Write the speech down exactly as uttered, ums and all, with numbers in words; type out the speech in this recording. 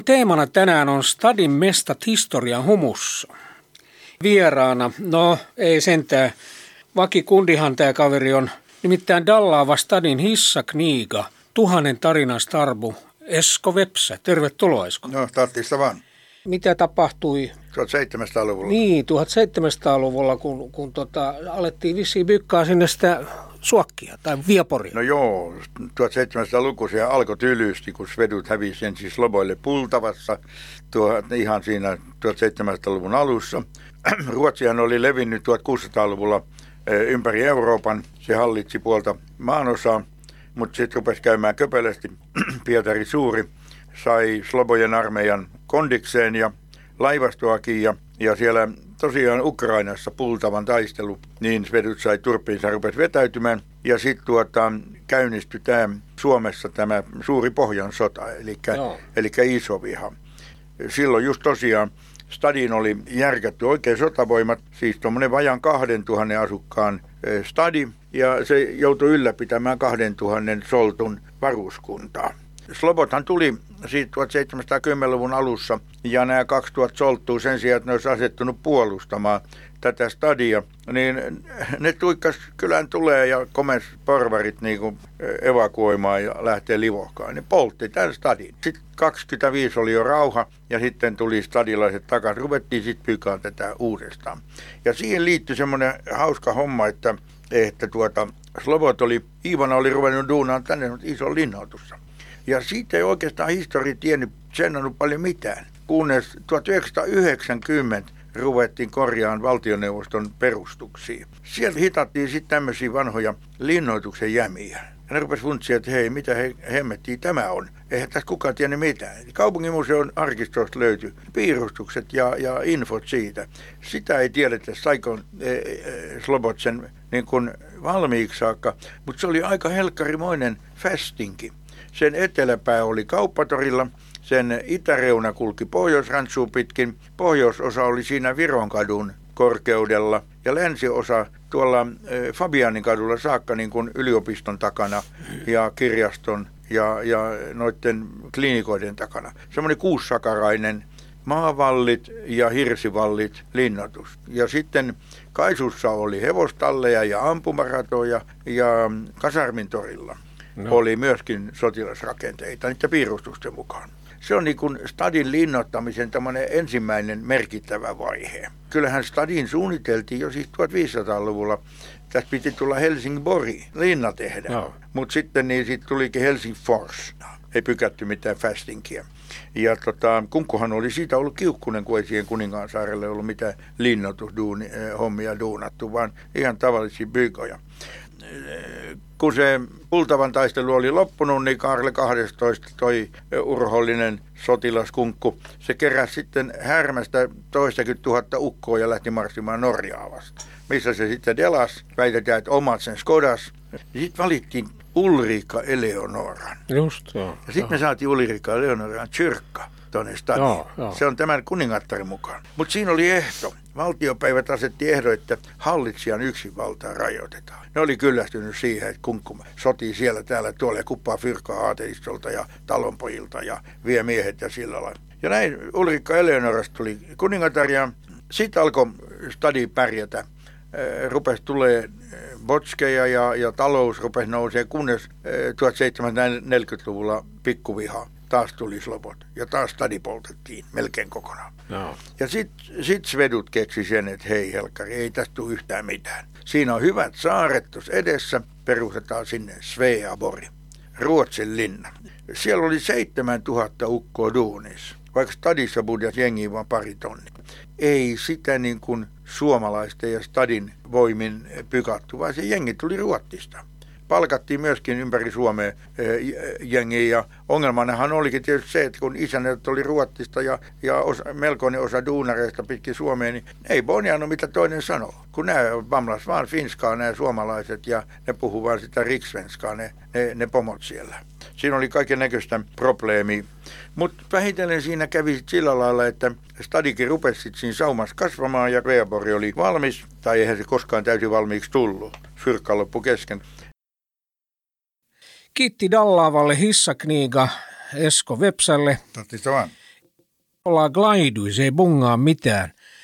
Teemana tänään on Stadin mestat historian humussa. Vieraana, no ei sentään, vakikundihan tämä kaveri on, nimittäin dallaava Stadin hissakniiga, tuhannen tarinan starbu, Esko Vepsä. Tervetuloa, Esko. No, tarvitsista vaan. Mitä tapahtui? tuhatseitsemänsataaluvulla. Niin, tuhatseitsemänsataaluvulla, kun, kun tota, alettiin vissiin bykkaa sinne sitä suokkia tai vieporia. No joo, tuhatseitsemänsataaluku se alkoi tylysti, kun svedut hävisi ensin Sloboille Pultavassa, tuo, ihan siinä tuhatseitsemänsataaluvun alussa. Ruotsihan oli levinnyt tuhatkuusisataaluvulla ympäri Euroopan, se hallitsi puolta maanosaa, mutta sitten rupesi käymään köpelösti. Pietari Suuri sai Slobojen armeijan kondikseen ja laivastoakin ja, ja siellä tosiaan Ukrainassa Pultavan taistelu, niin svedut sai turppiinsa, rupesi vetäytymään ja sitten tuota, käynnistyi tämä Suomessa tämä suuri Pohjan sota, eli, eli iso viha. Silloin just tosiaan Stadiin oli järkätty oikein sotavoimat, siis tuommoinen vajan kahden tuhannen asukkaan stadi, ja se joutui ylläpitämään kahden tuhannen soltun varuskuntaa. Slobodhan tuli siitä tuhatseitsemänsataakymmenluvun alussa, ja nämä kaksituhatta solttua sen sijaan, että ne olisi asettunut puolustamaan tätä stadia, niin ne tuikkas kylän tulee ja komes porvarit niin kuin evakuoimaan ja lähtee livohkaan. Ne poltti tämän stadin. Sitten kaksikymmentäviisi oli jo rauha ja sitten tuli stadilaiset takaisin. Ruvettiin sitten pykaan tätä uudestaan. Ja siihen liittyi semmoinen hauska homma, että, että tuota, Slobod oli, Iivana oli ruvennut duunaan tänne iso linnoitussa. Ja siitä ei oikeastaan historia tiennyt, sennannut paljon mitään, kunnes tuhatyhdeksänsataayhdeksänkymmentä ruvettiin korjaan valtioneuvoston perustuksia. Sieltä hitattiin sitten tämmöisiä vanhoja linnoituksen jämiä. Ja ne rupesi funtsia, että hei, mitä he, hemmettiin tämä on. Eihän tässä kukaan tiennyt mitään. Kaupunginmuseon arkistosta löytyi piirustukset ja, ja infot siitä. Sitä ei tiedetä, saiko e, e, Slobod sen niin kuin valmiiksi saakka, mutta se oli aika helkkarimoinen festinki. Sen eteläpää oli Kauppatorilla, sen itäreuna kulki Pohjois-Rantsuun pitkin, pohjoisosa oli siinä Vironkadun korkeudella ja länsiosa tuolla Fabianin kadulla saakka niin kuin yliopiston takana ja kirjaston ja, ja noiden klinikoiden takana. Semmoinen kuussakarainen maavallit ja hirsivallit linnoitus. Ja sitten Kaisussa oli hevostalleja ja ampumaratoja ja Kasarmin torilla. No. Oli myöskin sotilasrakenteita niiden piirustusten mukaan. Se on niin kuin stadin linnoittamisen tämmöinen ensimmäinen merkittävä vaihe. Kyllähän stadin suunniteltiin jo siis tuhatviisisataaluvulla. Tässä piti tulla Helsingborg linna tehdä, no. Mutta sitten niin sit tulikin Helsingfors. Ei pykätty mitään fastinkia. Ja tota, Kunkkuhan oli siitä ollut kiukkunen, kun ei siihen Kuningaansaarelle ollut mitään linnoitushommia duunattu, vaan ihan tavallisia bygoja. Kun se Pultavan taistelu oli loppunut, niin Kaarle kahdestoista toi urhollinen sotilaskunkku, se keräsi sitten Härmästä toistakymmentä tuhatta ukkoa ja lähti marssimaan Norjaa vasta. Missä se sitten delas, väitetään, että omat sen Skodas. Sitten valittiin Ulrika Eleonoran. Just joo. Ja sitten me saatiin Ulrika Eleonoran kyrkka tuonne stadiin. Joo, joo. Se on tämän kuningattaren mukaan. Mutta siinä oli ehto. Valtiopäivät asetti ehdon, että hallitsijan yksinvaltaa rajoitetaan. Ne oli kyllästynyt siihen, että kunkku sotii siellä täällä tuolla ja kuppaa fyrkkaa aatelistolta ja talonpojilta ja vie miehet ja sillä lailla. Ja näin Ulrika Eleonorasta tuli kuningatar ja sitten alkoi stadi pärjätä. Rupesi tulee botskeja ja, ja talous rupesi nousee, kunnes tuhatseitsemänsataaneljäkymmentäluvulla pikkuviha. Taas tuli Slobod ja taas stadi poltettiin melkein kokonaan. No. Ja sitten sit svedut keksi sen, että hei helkkari, ei tästä tule yhtään mitään. Siinä on hyvät saaret tuossa edessä, perustetaan sinne Sveaborg, Ruotsin linna. Siellä oli seitsemäntuhatta ukkoa duunissa, vaikka stadissa budjas jengiä vaan pari tonnia. Ei sitä niin kuin suomalaisten ja stadin voimin pykattu, vaan se jengi tuli Ruotsista. Palkattiin myöskin ympäri Suomea jengiä ja ongelmanahan olikin tietysti se, että kun isännät oli Ruotsista ja, ja osa, melkoinen osa duunareista pitkin Suomeen, niin ei bonjannut mitä toinen sanoo. Kun nämä vamlas vaan finskaa nämä suomalaiset ja ne puhuu vaan sitä riksvenskaa ne, ne, ne pomot siellä. Siinä oli kaiken näköistä probleemia. Mutta vähitellen siinä kävi sillä lailla, että stadikin rupesi siinä saumassa kasvamaan ja Sveaborg oli valmis, tai eihän se koskaan täysin valmiiksi tullut. Fyrkka loppu kesken. Kiitti dallaavalle hissakniiga Esko Vepsälle. ollaan glaiduis, ei bungaa mitään.